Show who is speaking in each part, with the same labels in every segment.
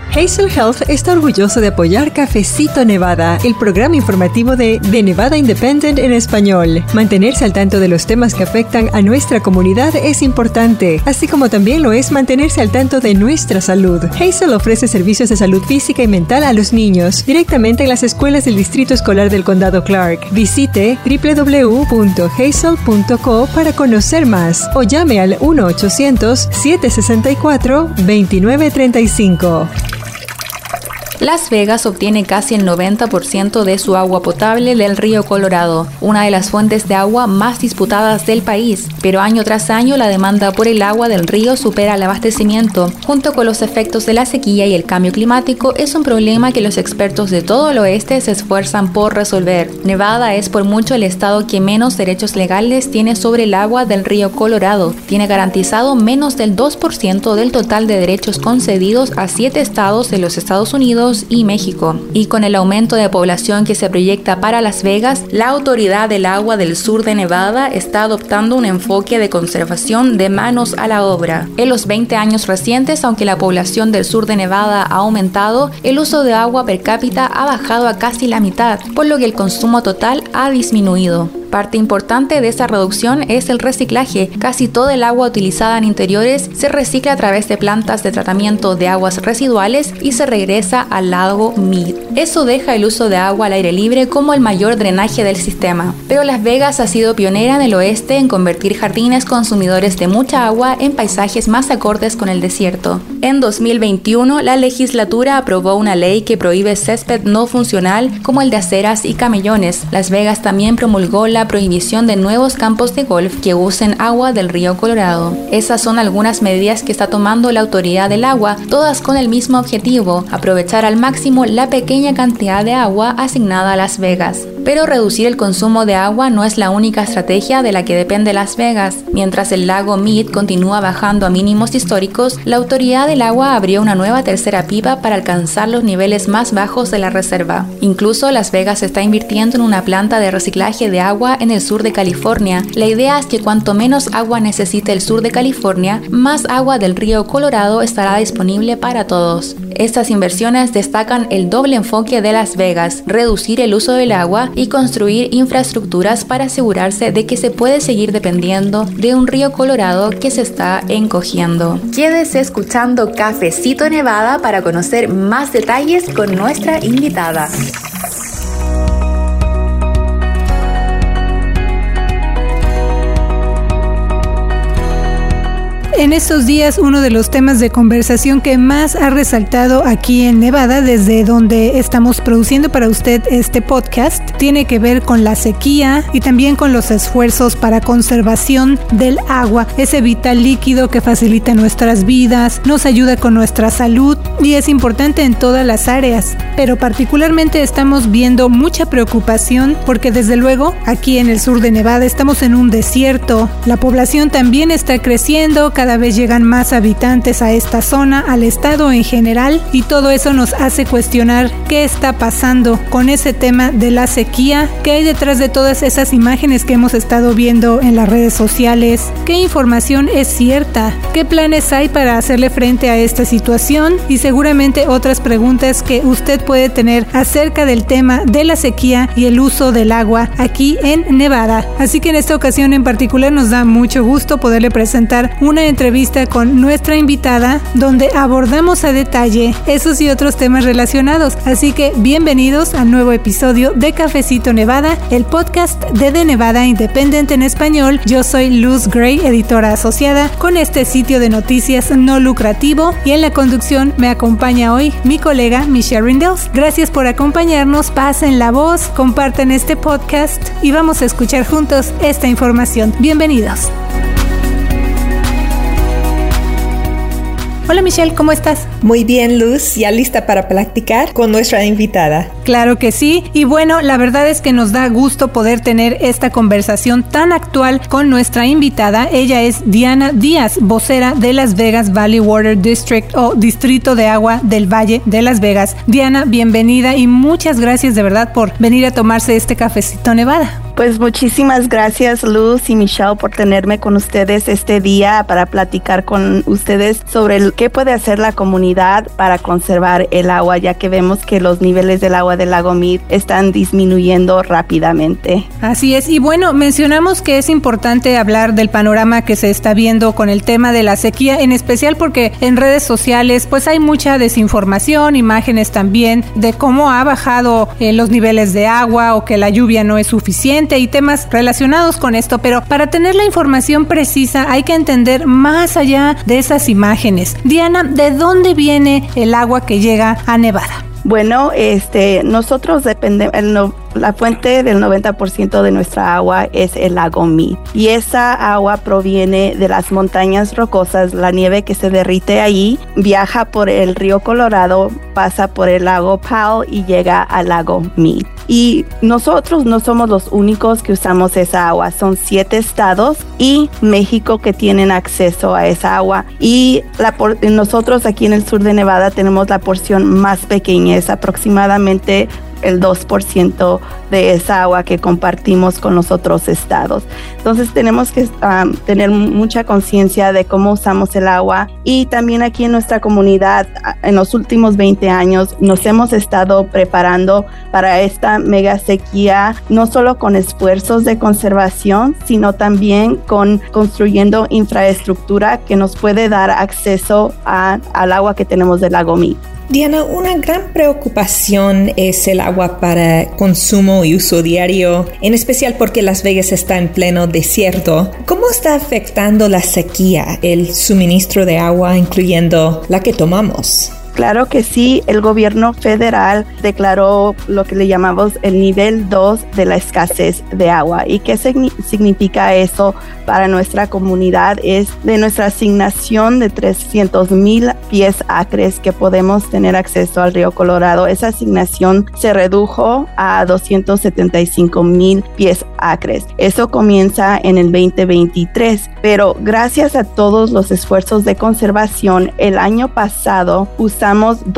Speaker 1: Hazel Health está orgulloso de apoyar Cafecito Nevada, el programa informativo de Nevada Independent en español. Mantenerse al tanto de los temas que afectan a nuestra comunidad es importante, así como también lo es mantenerse al tanto de nuestra salud. Hazel ofrece servicios de salud física y mental a los niños, directamente en las escuelas del Distrito Escolar del Condado Clark. Visite www.hazel.co para conocer más o llame al 1-800-764-2935.
Speaker 2: Las Vegas obtiene casi el 90% de su agua potable del río Colorado, una de las fuentes de agua más disputadas del país, pero año tras año la demanda por el agua del río supera el abastecimiento. Junto con los efectos de la sequía y el cambio climático, es un problema que los expertos de todo el oeste se esfuerzan por resolver. Nevada es por mucho el estado que menos derechos legales tiene sobre el agua del río Colorado. Tiene garantizado menos del 2% del total de derechos concedidos a 7 estados de los Estados Unidos y México. Y con el aumento de población que se proyecta para Las Vegas, la Autoridad del Agua del Sur de Nevada está adoptando un enfoque de conservación de manos a la obra. En los 20 años recientes, aunque la población del sur de Nevada ha aumentado, el uso de agua per cápita ha bajado a casi la mitad, por lo que el consumo total ha disminuido. Parte importante de esa reducción es el reciclaje. Casi todo el agua utilizada en interiores se recicla a través de plantas de tratamiento de aguas residuales y se regresa al lago Mead. Eso deja el uso de agua al aire libre como el mayor drenaje del sistema. Pero Las Vegas ha sido pionera en el oeste en convertir jardines consumidores de mucha agua en paisajes más acordes con el desierto. En 2021, la legislatura aprobó una ley que prohíbe césped no funcional como el de aceras y camellones. Las Vegas también promulgó la prohibición de nuevos campos de golf que usen agua del río Colorado. Esas son algunas medidas que está tomando la Autoridad del Agua, todas con el mismo objetivo: aprovechar al máximo la pequeña cantidad de agua asignada a Las Vegas. Pero reducir el consumo de agua no es la única estrategia de la que depende Las Vegas. Mientras el lago Mead continúa bajando a mínimos históricos, la Autoridad del Agua abrió una nueva tercera pipa para alcanzar los niveles más bajos de la reserva. Incluso Las Vegas está invirtiendo en una planta de reciclaje de agua en el sur de California. La idea es que cuanto menos agua necesite el sur de California, más agua del río Colorado estará disponible para todos. Estas inversiones destacan el doble enfoque de Las Vegas: reducir el uso del agua y construir infraestructuras para asegurarse de que se puede seguir dependiendo de un río Colorado que se está encogiendo. Quédese escuchando Cafecito Nevada para conocer más detalles con nuestra invitada.
Speaker 3: En estos días, uno de los temas de conversación que más ha resaltado aquí en Nevada, desde donde estamos produciendo para usted este podcast, tiene que ver con la sequía y también con los esfuerzos para conservación del agua, ese vital líquido que facilita nuestras vidas, nos ayuda con nuestra salud y es importante en todas las áreas. Pero particularmente estamos viendo mucha preocupación porque desde luego aquí en el sur de Nevada estamos en un desierto. La población también está creciendo, cada vez llegan más habitantes a esta zona, al estado en general, y todo eso nos hace cuestionar qué está pasando con ese tema de la sequía, qué hay detrás de todas esas imágenes que hemos estado viendo en las redes sociales, qué información es cierta, qué planes hay para hacerle frente a esta situación y seguramente otras preguntas que usted puede tener acerca del tema de la sequía y el uso del agua aquí en Nevada. Así que en esta ocasión en particular nos da mucho gusto poderle presentar una entrevista con nuestra invitada donde abordamos a detalle esos y otros temas relacionados. Así que bienvenidos al nuevo episodio de Cafecito Nevada, el podcast de The Nevada Independent en español. Yo soy Luz Gray, editora asociada con este sitio de noticias no lucrativo, y en la conducción me acompaña hoy mi colega Michelle Rindels. Gracias por acompañarnos, pasen la voz, compartan este podcast y vamos a escuchar juntos esta información. Bienvenidos. Hola Michelle, ¿cómo estás?
Speaker 4: Muy bien, Luz, ya lista para platicar con nuestra invitada.
Speaker 3: Claro que sí, y bueno, la verdad es que nos da gusto poder tener esta conversación tan actual con nuestra invitada. Ella es Diana Díaz, vocera de Las Vegas Valley Water District o Distrito de Agua del Valle de Las Vegas. Diana, bienvenida y muchas gracias de verdad por venir a tomarse este Cafecito Nevada.
Speaker 5: Pues muchísimas gracias, Luz y Michelle, por tenerme con ustedes este día para platicar con ustedes sobre qué puede hacer la comunidad para conservar el agua, ya que vemos que los niveles del agua del lago Mead están disminuyendo rápidamente.
Speaker 3: Así es. Y bueno, mencionamos que es importante hablar del panorama que se está viendo con el tema de la sequía, en especial porque en redes sociales pues hay mucha desinformación, imágenes también de cómo ha bajado los niveles de agua o que la lluvia no es suficiente y temas relacionados con esto, pero para tener la información precisa hay que entender más allá de esas imágenes. Diana, ¿de dónde viene el agua que llega a Nevada?
Speaker 5: Bueno, nosotros dependemos, la fuente del 90% de nuestra agua es el lago Mead y esa agua proviene de las montañas rocosas. La nieve que se derrite ahí viaja por el río Colorado, pasa por el lago Powell y llega al lago Mead. Y nosotros no somos los únicos que usamos esa agua. Son 7 estados y México que tienen acceso a esa agua. Y nosotros aquí en el sur de Nevada tenemos la porción más pequeña, es aproximadamente el 2% de esa agua que compartimos con los otros estados. Entonces tenemos que tener mucha conciencia de cómo usamos el agua, y también aquí en nuestra comunidad en los últimos 20 años nos hemos estado preparando para esta mega sequía, no solo con esfuerzos de conservación, sino también con construyendo infraestructura que nos puede dar acceso al agua que tenemos del lago Mead.
Speaker 4: Diana, una gran preocupación es el agua para consumo y uso diario, en especial porque Las Vegas está en pleno desierto. ¿Cómo está afectando la sequía el suministro de agua, incluyendo la que tomamos?
Speaker 5: Claro que sí, el gobierno federal declaró lo que le llamamos el nivel 2 de la escasez de agua. ¿Y qué significa eso para nuestra comunidad? Es de nuestra asignación de 300,000 pies acres que podemos tener acceso al río Colorado. Esa asignación se redujo a 275,000 pies acres. Eso comienza en el 2023, pero gracias a todos los esfuerzos de conservación, el año pasado usamos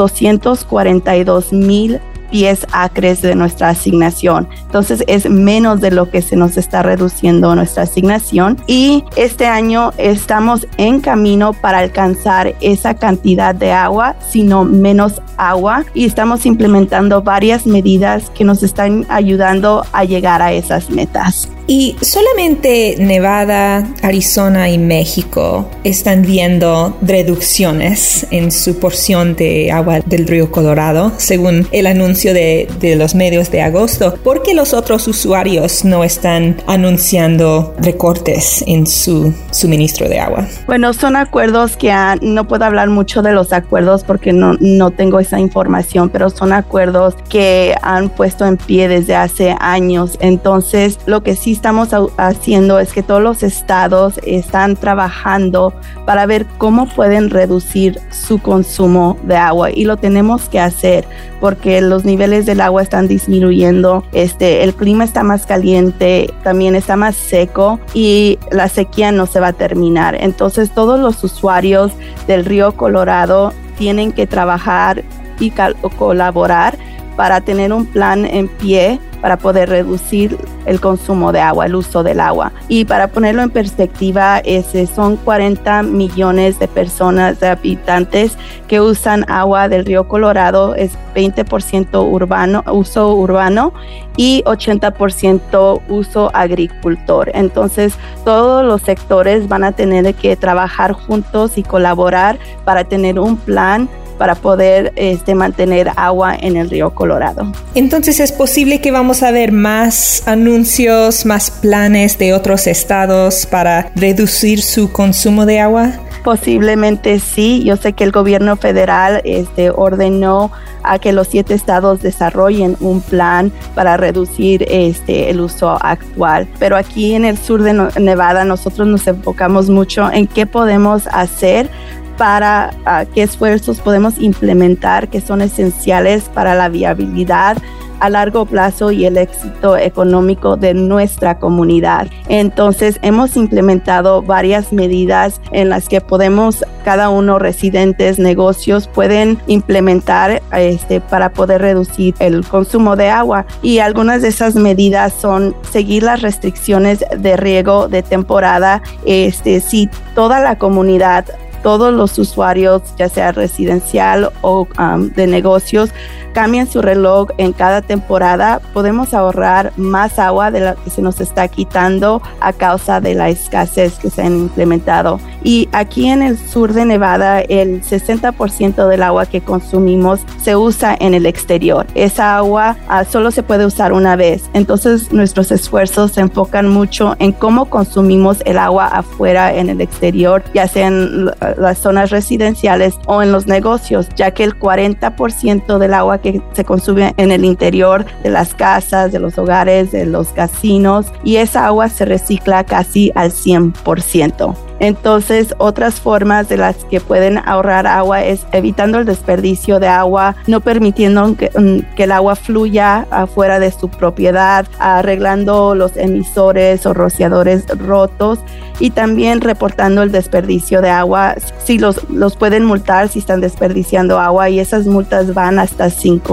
Speaker 5: 242,000 pies acres de nuestra asignación. Entonces es menos de lo que se nos está reduciendo nuestra asignación, y este año estamos en camino para alcanzar esa cantidad de agua, sino menos agua, y estamos implementando varias medidas que nos están ayudando a llegar a esas metas.
Speaker 4: Y solamente Nevada, Arizona y México están viendo reducciones en su porción de agua del río Colorado, según el anuncio de los medios de agosto. ¿Por qué los otros usuarios no están anunciando recortes en su suministro de agua?
Speaker 5: Bueno, son acuerdos que no puedo hablar mucho de los acuerdos porque no tengo esa información, pero son acuerdos que han puesto en pie desde hace años. Entonces, lo que sí estamos haciendo es que todos los estados están trabajando para ver cómo pueden reducir su consumo de agua, y lo tenemos que hacer porque los niveles del agua están disminuyendo, el clima está más caliente, también está más seco y la sequía no se va a terminar. Entonces todos los usuarios del río Colorado tienen que trabajar y colaborar para tener un plan en pie para poder reducir el consumo de agua, el uso del agua. Y para ponerlo en perspectiva, son 40 millones de personas, de habitantes que usan agua del río Colorado. Es 20% uso urbano y 80% uso agricultor. Entonces, todos los sectores van a tener que trabajar juntos y colaborar para tener un plan para poder mantener agua en el río Colorado.
Speaker 4: Entonces, ¿es posible que vamos a ver más anuncios, más planes de otros estados para reducir su consumo de agua?
Speaker 5: Posiblemente sí. Yo sé que el gobierno federal ordenó a que los 7 estados desarrollen un plan para reducir el uso actual. Pero aquí en el sur de Nevada nosotros nos enfocamos mucho en qué podemos hacer para qué esfuerzos podemos implementar que son esenciales para la viabilidad a largo plazo y el éxito económico de nuestra comunidad. Entonces hemos implementado varias medidas en las que podemos, cada uno, residentes, negocios, pueden implementar para poder reducir el consumo de agua. Y algunas de esas medidas son seguir las restricciones de riego de temporada. Si toda la comunidad, todos los usuarios, ya sea residencial o de negocios, cambian su reloj en cada temporada, podemos ahorrar más agua de la que se nos está quitando a causa de la escasez que se han implementado. Y aquí en el sur de Nevada, el 60% del agua que consumimos se usa en el exterior. Esa agua solo se puede usar una vez. Entonces nuestros esfuerzos se enfocan mucho en cómo consumimos el agua afuera en el exterior, ya sea en las zonas residenciales o en los negocios, ya que el 40% del agua que se consume en el interior de las casas, de los hogares, de los casinos, y esa agua se recicla casi al 100%. Entonces, otras formas de las que pueden ahorrar agua es evitando el desperdicio de agua, no permitiendo que el agua fluya afuera de su propiedad, arreglando los emisores o rociadores rotos, y también reportando el desperdicio de agua. Si los pueden multar si están desperdiciando agua, y esas multas van hasta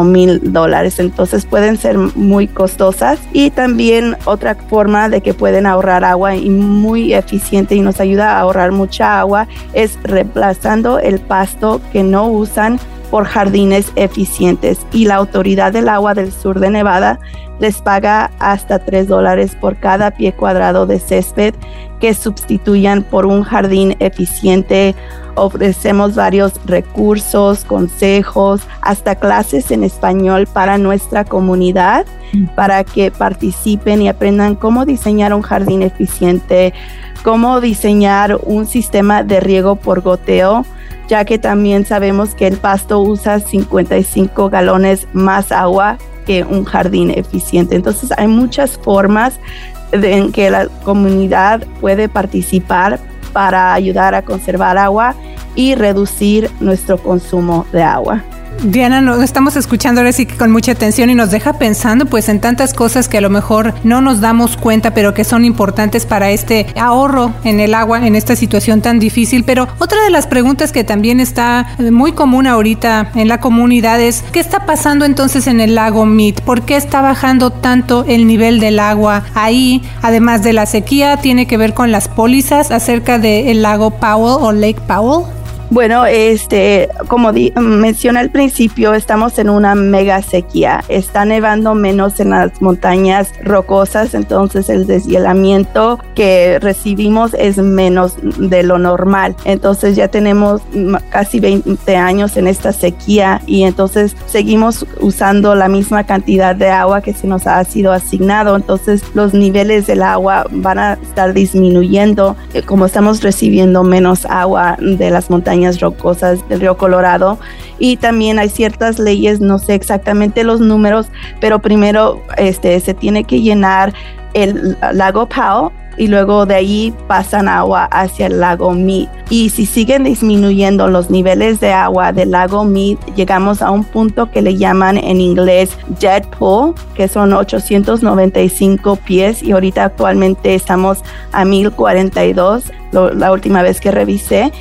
Speaker 5: $5,000. Entonces pueden ser muy costosas. Y también otra forma de que pueden ahorrar agua y muy eficiente y nos ayuda a ahorrar mucha agua es reemplazando el pasto que no usan por jardines eficientes. Y la Autoridad del Agua del Sur de Nevada les paga hasta $3 por cada pie cuadrado de césped que sustituyan por un jardín eficiente. Ofrecemos varios recursos, consejos, hasta clases en español para nuestra comunidad, para que participen y aprendan cómo diseñar un jardín eficiente, cómo diseñar un sistema de riego por goteo, ya que también sabemos que el pasto usa 55 galones más agua que un jardín eficiente. Entonces hay muchas formas en que la comunidad puede participar para ayudar a conservar agua y reducir nuestro consumo de agua.
Speaker 3: Diana, nos estamos escuchando ahora sí que con mucha atención y nos deja pensando pues en tantas cosas que a lo mejor no nos damos cuenta, pero que son importantes para este ahorro en el agua en esta situación tan difícil. Pero otra de las preguntas que también está muy común ahorita en la comunidad es ¿qué está pasando entonces en el lago Mead? ¿Por qué está bajando tanto el nivel del agua ahí? Además de la sequía, ¿tiene que ver con las pólizas acerca del lago Powell o Lake Powell?
Speaker 5: Bueno, como mencioné al principio, estamos en una mega sequía. Está nevando menos en las montañas rocosas, entonces el deshielamiento que recibimos es menos de lo normal. Entonces ya tenemos casi 20 años en esta sequía y entonces seguimos usando la misma cantidad de agua que se nos ha sido asignado. Entonces los niveles del agua van a estar disminuyendo como estamos recibiendo menos agua de las montañas rocosas del río Colorado. Y también hay ciertas leyes, no sé exactamente los números, pero primero se tiene que llenar el lago Powell y luego de ahí pasan agua hacia el lago Mead. Y si siguen disminuyendo los niveles de agua del lago Mead, llegamos a un punto que le llaman en inglés dead pool, que son 895 pies, y ahorita actualmente estamos a 1042, la última vez que revisé.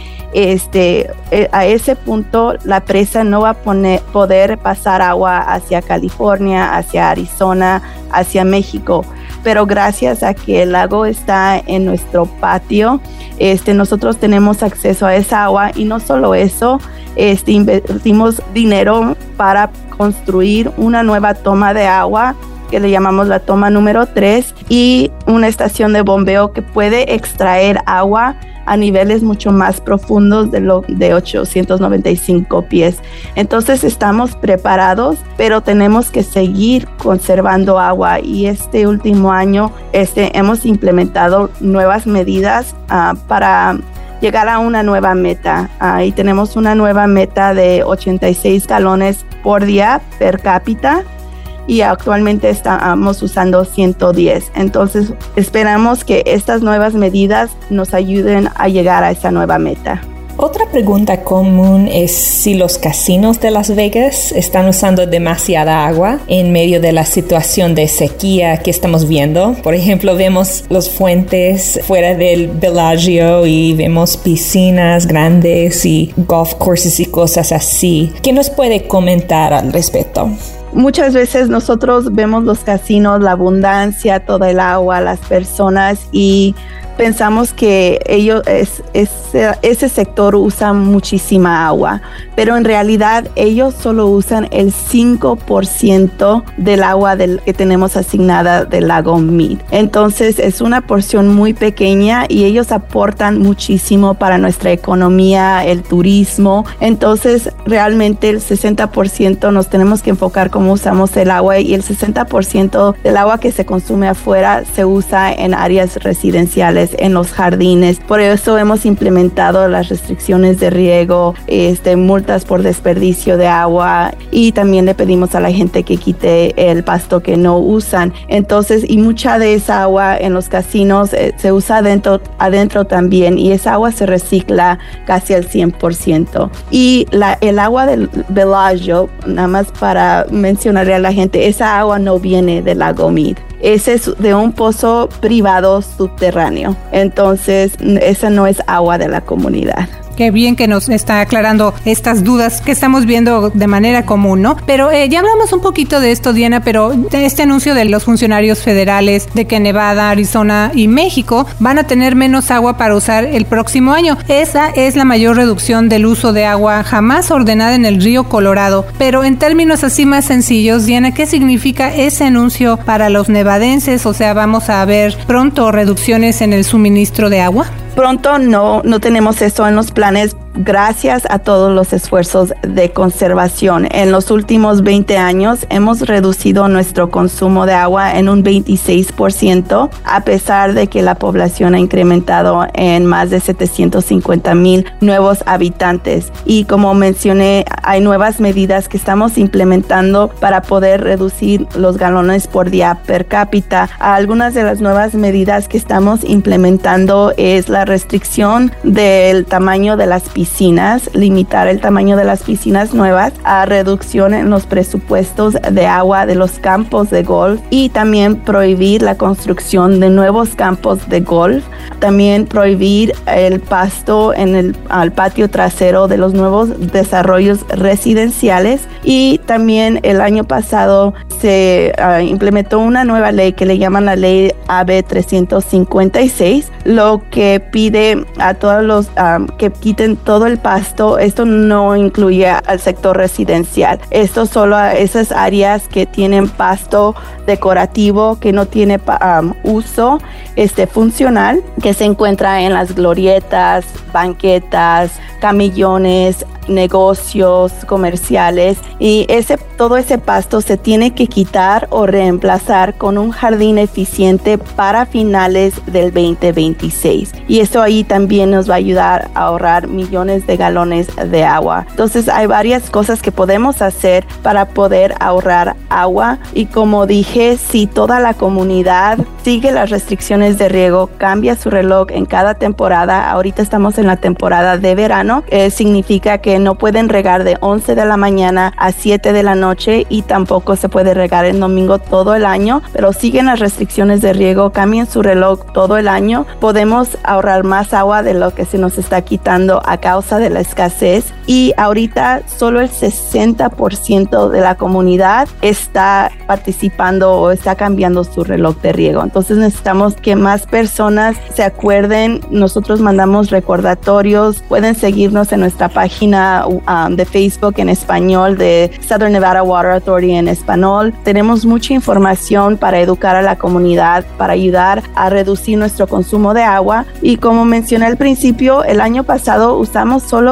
Speaker 5: A ese punto la presa no va a poder pasar agua hacia California, hacia Arizona, hacia México. Pero gracias a que el lago está en nuestro patio, nosotros tenemos acceso a esa agua. Y no solo eso, invertimos dinero para construir una nueva toma de agua que le llamamos la toma número 3 y una estación de bombeo que puede extraer agua a niveles mucho más profundos de 895 pies. Entonces estamos preparados, pero tenemos que seguir conservando agua, y este último año hemos implementado nuevas medidas para llegar a una nueva meta. Y tenemos una nueva meta de 86 galones por día per cápita, y actualmente estamos usando 110. Entonces esperamos que estas nuevas medidas nos ayuden a llegar a esa nueva meta.
Speaker 4: Otra pregunta común es si los casinos de Las Vegas están usando demasiada agua en medio de la situación de sequía que estamos viendo. Por ejemplo, vemos los fuentes fuera del Bellagio y vemos piscinas grandes y golf courses y cosas así. ¿Qué nos puede comentar al respecto?
Speaker 5: Muchas veces nosotros vemos los casinos, la abundancia, toda el agua, las personas y pensamos que ese sector usa muchísima agua, pero en realidad ellos solo usan el 5% del agua que tenemos asignada del lago Mead. Entonces es una porción muy pequeña y ellos aportan muchísimo para nuestra economía, el turismo. Entonces realmente el 60% nos tenemos que enfocar cómo usamos el agua y el 60% del agua que se consume afuera se usa en áreas residenciales, en los jardines. Por eso hemos implementado las restricciones de riego, multas por desperdicio de agua y también le pedimos a la gente que quite el pasto que no usan. Entonces, y mucha de esa agua en los casinos se usa adentro también y esa agua se recicla casi al 100%. Y el agua del Bellagio, nada más para mencionarle a la gente, esa agua no viene del lago Mead. Ese es de un pozo privado subterráneo. Entonces, esa no es agua de la comunidad.
Speaker 3: Qué bien que nos está aclarando estas dudas que estamos viendo de manera común, ¿no? Pero ya hablamos un poquito de esto, Diana, pero este anuncio de los funcionarios federales de que Nevada, Arizona y México van a tener menos agua para usar el próximo año. Esa es la mayor reducción del uso de agua jamás ordenada en el río Colorado. Pero en términos así más sencillos, Diana, ¿qué significa ese anuncio para los nevadenses? O sea, ¿vamos a ver pronto reducciones en el suministro de agua?
Speaker 5: Pronto no tenemos eso en los planes. Gracias a todos los esfuerzos de conservación. En los últimos 20 años hemos reducido nuestro consumo de agua en un 26%, a pesar de que la población ha incrementado en más de 750,000 nuevos habitantes. Y como mencioné, hay nuevas medidas que estamos implementando para poder reducir los galones por día per cápita. Algunas de las nuevas medidas que estamos implementando es la restricción del tamaño de las piscinas, limitar el tamaño de las piscinas nuevas, a reducción en los presupuestos de agua de los campos de golf y también prohibir la construcción de nuevos campos de golf. También prohibir el pasto al patio trasero de los nuevos desarrollos residenciales y también el año pasado se implementó una nueva ley que le llaman la ley AB 356, lo que pide a todos los que quiten todo el pasto. Esto no incluye al sector residencial. Esto solo a esas áreas que tienen pasto decorativo, que no tiene uso funcional, que se encuentra en las glorietas, banquetas, camellones, negocios comerciales, y todo ese pasto se tiene que quitar o reemplazar con un jardín eficiente para finales del 2026, y eso ahí también nos va a ayudar a ahorrar millones de galones de agua. Entonces hay varias cosas que podemos hacer para poder ahorrar agua, y como dije, si toda la comunidad sigue las restricciones de riego, cambia su reloj en cada temporada. Ahorita estamos en la temporada de verano, significa que no pueden regar de 11 de la mañana a 7 de la noche y tampoco se puede regar el domingo todo el año, pero siguen las restricciones de riego, cambien su reloj todo el año. Podemos ahorrar más agua de lo que se nos está quitando a causa de la escasez, y ahorita solo el 60% de la comunidad está participando o está cambiando su reloj de riego. Entonces necesitamos que más personas se acuerden. Nosotros mandamos recordatorios. Pueden seguirnos en nuestra página de Facebook en español, de Southern Nevada Water Authority en español. Tenemos mucha información para educar a la comunidad, para ayudar a reducir nuestro consumo de agua. Y como mencioné al principio, el año pasado usamos solo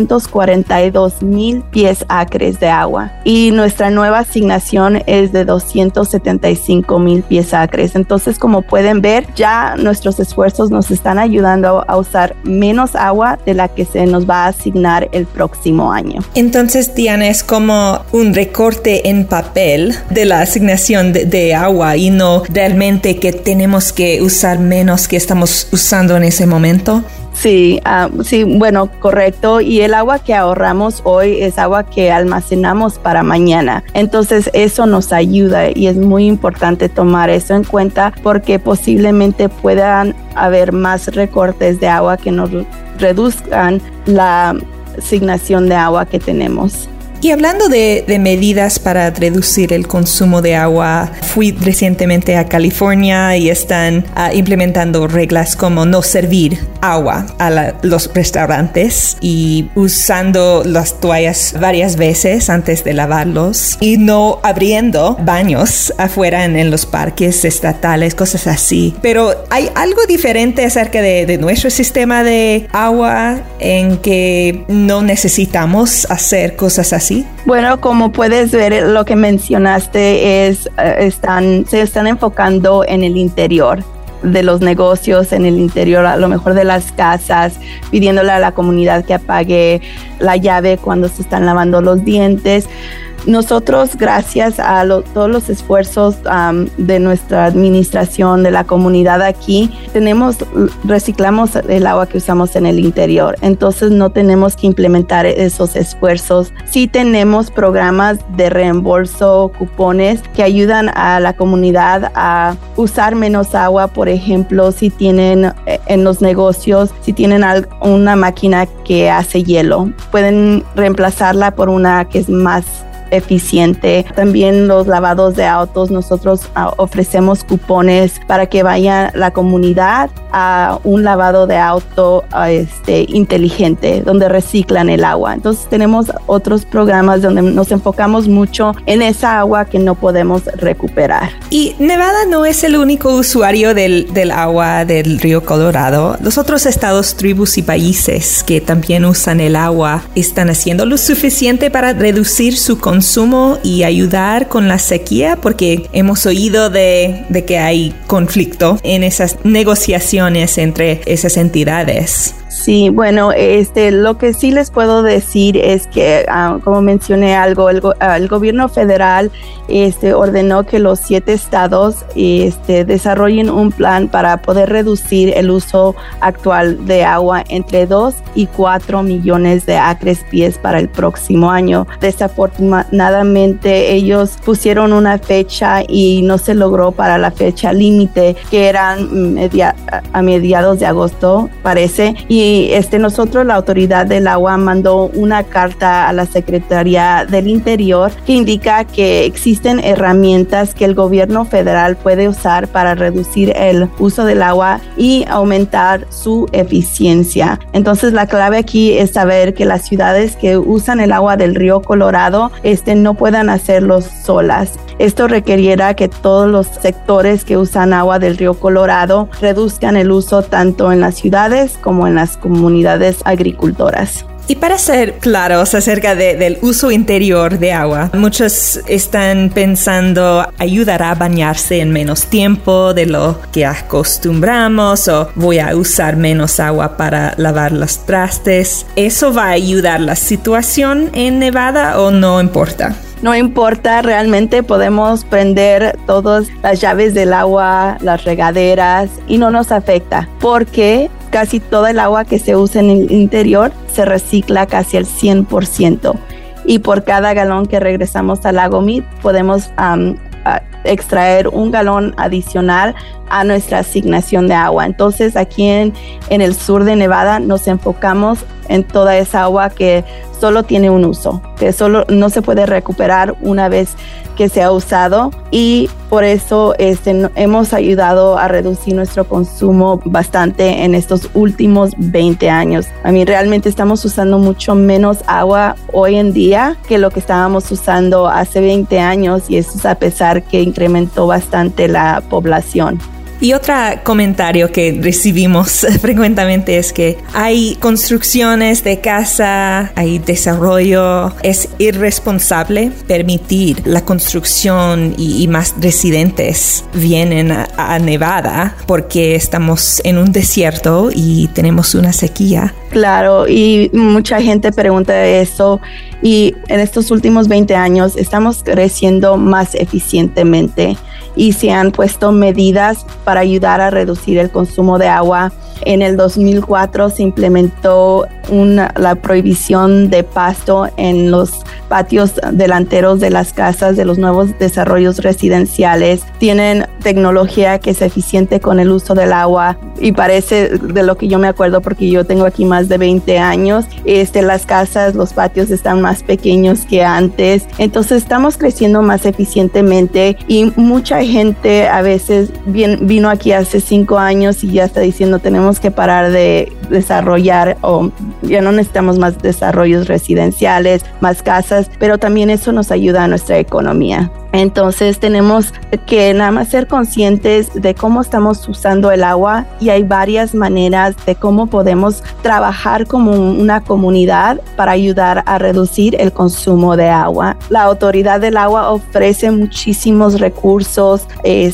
Speaker 5: 242,000 pies acres de agua, y nuestra nueva asignación es de 275,000 pies acres. Entonces, como pueden ver, ya nuestros esfuerzos nos están ayudando a usar menos agua de la que se nos va a asignar el próximo año.
Speaker 4: Entonces, Diana, es como un recorte en papel de la asignación de agua, y no realmente que tenemos que usar menos que estamos usando en ese momento.
Speaker 5: Sí, sí, bueno, correcto. Y el agua que ahorramos hoy es agua que almacenamos para mañana. Entonces eso nos ayuda y es muy importante tomar eso en cuenta porque posiblemente puedan haber más recortes de agua que nos reduzcan la asignación de agua que tenemos.
Speaker 4: Y hablando de medidas para reducir el consumo de agua, fui recientemente a California y están implementando reglas como no servir agua a los restaurantes y usando las toallas varias veces antes de lavarlos y no abriendo baños afuera en los parques estatales, cosas así. Pero hay algo diferente acerca de nuestro sistema de agua en que no necesitamos hacer cosas así.
Speaker 5: Bueno, como puedes ver, lo que mencionaste es se están enfocando en el interior de los negocios, en el interior a lo mejor de las casas, pidiéndole a la comunidad que apague la llave cuando se están lavando los dientes. Nosotros, gracias a todos los esfuerzos de nuestra administración, de la comunidad aquí, reciclamos el agua que usamos en el interior. Entonces no tenemos que implementar esos esfuerzos. Sí tenemos programas de reembolso, cupones que ayudan a la comunidad a usar menos agua. Por ejemplo, si tienen en los negocios, si tienen una máquina que hace hielo, pueden reemplazarla por una que es más eficiente. También los lavados de autos, nosotros ofrecemos cupones para que vaya la comunidad a un lavado de auto inteligente, donde reciclan el agua. Entonces tenemos otros programas donde nos enfocamos mucho en esa agua que no podemos recuperar.
Speaker 4: Y Nevada no es el único usuario del agua del río Colorado. Los otros estados, tribus y países que también usan el agua están haciendo lo suficiente para reducir su consumo y ayudar con la sequía, porque hemos oído de que hay conflicto en esas negociaciones entre esas entidades.
Speaker 5: Sí, bueno, lo que sí les puedo decir es que, como mencioné el gobierno federal ordenó que los 7 estados desarrollen un plan para poder reducir el uso actual de agua entre 2 y 4 millones de acres pies para el próximo año. Desafortunadamente, ellos pusieron una fecha y no se logró para la fecha límite, que eran a mediados de agosto, parece, y nosotros, la Autoridad del Agua, mandó una carta a la Secretaría del Interior que indica que existen herramientas que el gobierno federal puede usar para reducir el uso del agua y aumentar su eficiencia. Entonces, la clave aquí es saber que las ciudades que usan el agua del río Colorado no puedan hacerlo solas. Esto requeriría que todos los sectores que usan agua del río Colorado reduzcan el uso tanto en las ciudades como en las comunidades agricultoras.
Speaker 4: Y para ser claros acerca del uso interior de agua, muchos están pensando ayudará a bañarse en menos tiempo de lo que acostumbramos, o voy a usar menos agua para lavar los trastes. ¿Eso va a ayudar la situación en Nevada o no importa?
Speaker 5: No importa, realmente podemos prender todas las llaves del agua, las regaderas, y no nos afecta porque casi toda el agua que se usa en el interior se recicla casi al 100%. Y por cada galón que regresamos al lago Mead podemos extraer 1 galón adicional a nuestra asignación de agua. Entonces aquí en el sur de Nevada nos enfocamos en toda esa agua que solo tiene un uso, que solo no se puede recuperar una vez que se ha usado, y por eso hemos ayudado a reducir nuestro consumo bastante en estos últimos 20 años. Realmente estamos usando mucho menos agua hoy en día que lo que estábamos usando hace 20 años, y eso es a pesar que incrementó bastante la población.
Speaker 4: Y otro comentario que recibimos frecuentemente es que hay construcciones de casa, hay desarrollo. Es irresponsable permitir la construcción y más residentes vienen a Nevada porque estamos en un desierto y tenemos una sequía.
Speaker 5: Claro, y mucha gente pregunta eso, y en estos últimos 20 años estamos creciendo más eficientemente y se han puesto medidas para ayudar a reducir el consumo de agua. En el 2004 se implementó la prohibición de pasto en los patios delanteros de las casas de los nuevos desarrollos residenciales. Tienen tecnología que es eficiente con el uso del agua y parece, de lo que yo me acuerdo porque yo tengo aquí más de 20 años, las casas, los patios están más pequeños que antes. Entonces estamos creciendo más eficientemente y mucha gente a veces vino aquí hace 5 años y ya está diciendo tenemos que parar de desarrollar o ya no necesitamos más desarrollos residenciales, más casas, pero también eso nos ayuda a nuestra economía. Entonces tenemos que nada más ser conscientes de cómo estamos usando el agua y hay varias maneras de cómo podemos trabajar como una comunidad para ayudar a reducir el consumo de agua. La Autoridad del Agua ofrece muchísimos recursos,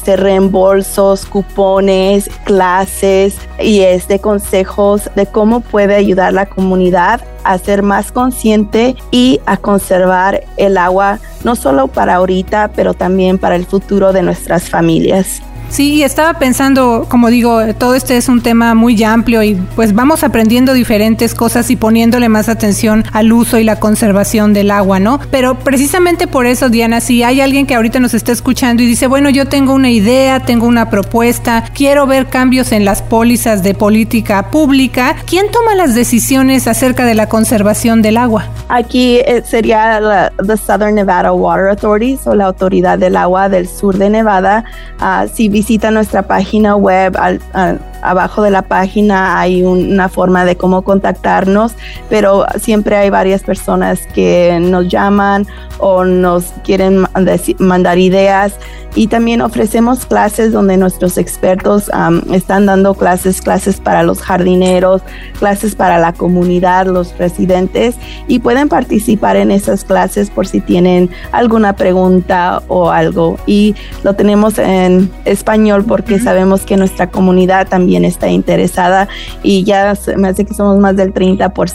Speaker 5: reembolsos, cupones, clases y consejos de cómo puede ayudar la comunidad a ser más consciente y a conservar el agua, no solo para ahorita, pero también para el futuro de nuestras familias.
Speaker 3: Sí, estaba pensando, como digo, todo este es un tema muy amplio y pues vamos aprendiendo diferentes cosas y poniéndole más atención al uso y la conservación del agua, ¿no? Pero precisamente por eso, Diana, si hay alguien que ahorita nos está escuchando y dice, bueno, yo tengo una idea, tengo una propuesta, quiero ver cambios en las pólizas de política pública, ¿quién toma las decisiones acerca de la conservación del agua?
Speaker 5: Aquí sería the Southern Nevada Water Authority, o la Autoridad del Agua del Sur de Nevada. Si visita nuestra página web, abajo de la página hay una forma de cómo contactarnos, pero siempre hay varias personas que nos llaman o nos quieren mandar ideas. Y también ofrecemos clases donde nuestros expertos están dando clases para los jardineros, clases para la comunidad, los residentes, y pueden participar en esas clases por si tienen alguna pregunta o algo. Y lo tenemos en español porque sabemos que nuestra comunidad también está interesada y ya me hace que somos más del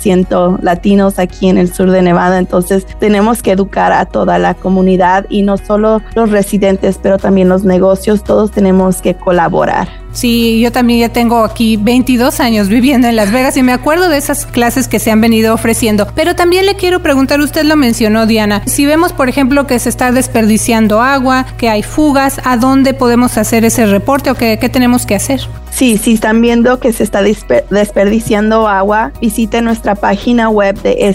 Speaker 5: 30% latinos aquí en el sur de Nevada, entonces tenemos que educar a toda la comunidad y no solo los residentes, pero también los negocios, todos tenemos que colaborar.
Speaker 3: Sí, yo también ya tengo aquí 22 años viviendo en Las Vegas y me acuerdo de esas clases que se han venido ofreciendo. Pero también le quiero preguntar, usted lo mencionó, Diana, si vemos, por ejemplo, que se está desperdiciando agua, que hay fugas, ¿a dónde podemos hacer ese reporte o qué tenemos que hacer?
Speaker 5: Sí, si están viendo que se está desperdiciando agua, visiten nuestra página web de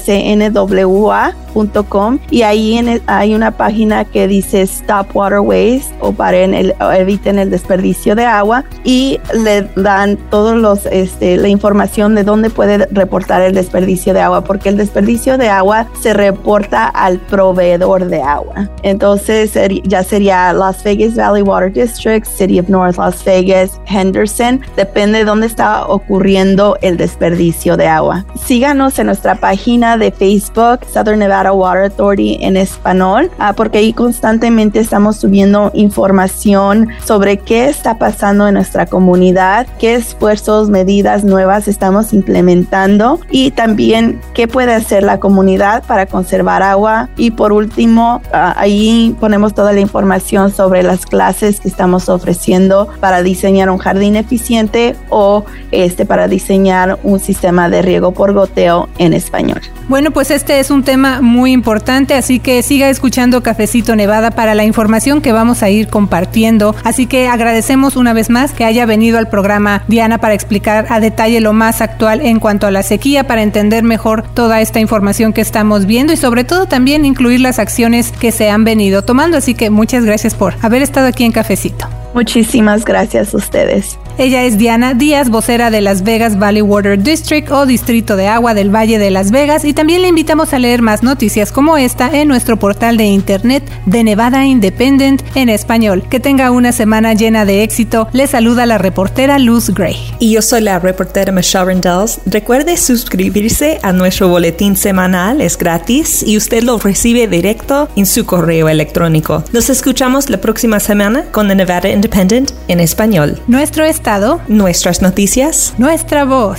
Speaker 5: snwa.com y ahí hay una página que dice Stop Water Waste o eviten el desperdicio de agua y le dan todos la información de dónde puede reportar el desperdicio de agua, porque el desperdicio de agua se reporta al proveedor de agua. Entonces ya sería Las Vegas Valley Water District, City of North Las Vegas, Henderson, depende de dónde está ocurriendo el desperdicio de agua. Síganos en nuestra página de Facebook, Southern Nevada Water Authority en español, porque ahí constantemente estamos subiendo información sobre qué está pasando en nuestra comunidad, qué esfuerzos, medidas nuevas estamos implementando y también qué puede hacer la comunidad para conservar agua. Y por último, ahí ponemos toda la información sobre las clases que estamos ofreciendo para diseñar un jardín eficiente o para diseñar un sistema de riego por goteo en español.
Speaker 3: Bueno, pues este es un tema muy importante, así que siga escuchando Cafecito Nevada para la información que vamos a ir compartiendo. Así que agradecemos una vez más que haya venido al programa Diana para explicar a detalle lo más actual en cuanto a la sequía, para entender mejor toda esta información que estamos viendo y sobre todo también incluir las acciones que se han venido tomando. Así que muchas gracias por haber estado aquí en Cafecito.
Speaker 5: Muchísimas gracias a ustedes.
Speaker 3: Ella es Diana Díaz, vocera de Las Vegas Valley Water District o Distrito de Agua del Valle de Las Vegas, y también le invitamos a leer más noticias como esta en nuestro portal de internet de Nevada Independent en español. Que tenga una semana llena de éxito. Le saluda la reportera Luz Gray.
Speaker 4: Y yo soy la reportera Michelle Rendells. Recuerde suscribirse a nuestro boletín semanal, es gratis y usted lo recibe directo en su correo electrónico. Nos escuchamos la próxima semana con The Nevada Independent en español.
Speaker 3: Nuestro estado,
Speaker 4: nuestras noticias,
Speaker 3: nuestra voz.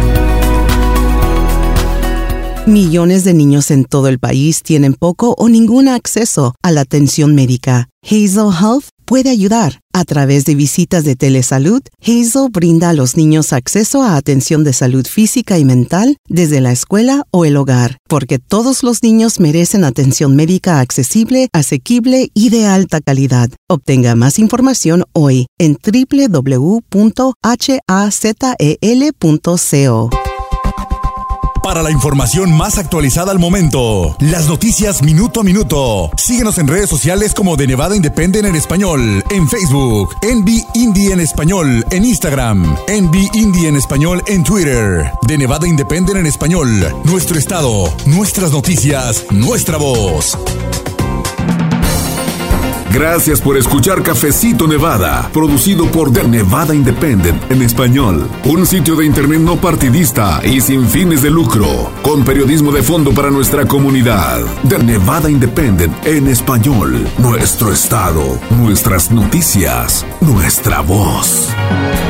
Speaker 6: Millones de niños en todo el país tienen poco o ningún acceso a la atención médica. Hazel Health puede ayudar. A través de visitas de telesalud, Hazel brinda a los niños acceso a atención de salud física y mental desde la escuela o el hogar, porque todos los niños merecen atención médica accesible, asequible y de alta calidad. Obtenga más información hoy en www.hazel.co.
Speaker 7: Para la información más actualizada al momento, las noticias minuto a minuto, síguenos en redes sociales como de Nevada Independent en español, en Facebook, NB Indie en español, en Instagram, NB Indie en español en Twitter, de Nevada Independent en español, nuestro estado, nuestras noticias, nuestra voz.
Speaker 8: Gracias por escuchar Cafecito Nevada, producido por The Nevada Independent en español. Un sitio de internet no partidista y sin fines de lucro, con periodismo de fondo para nuestra comunidad. The Nevada Independent en español. Nuestro estado, nuestras noticias, nuestra voz.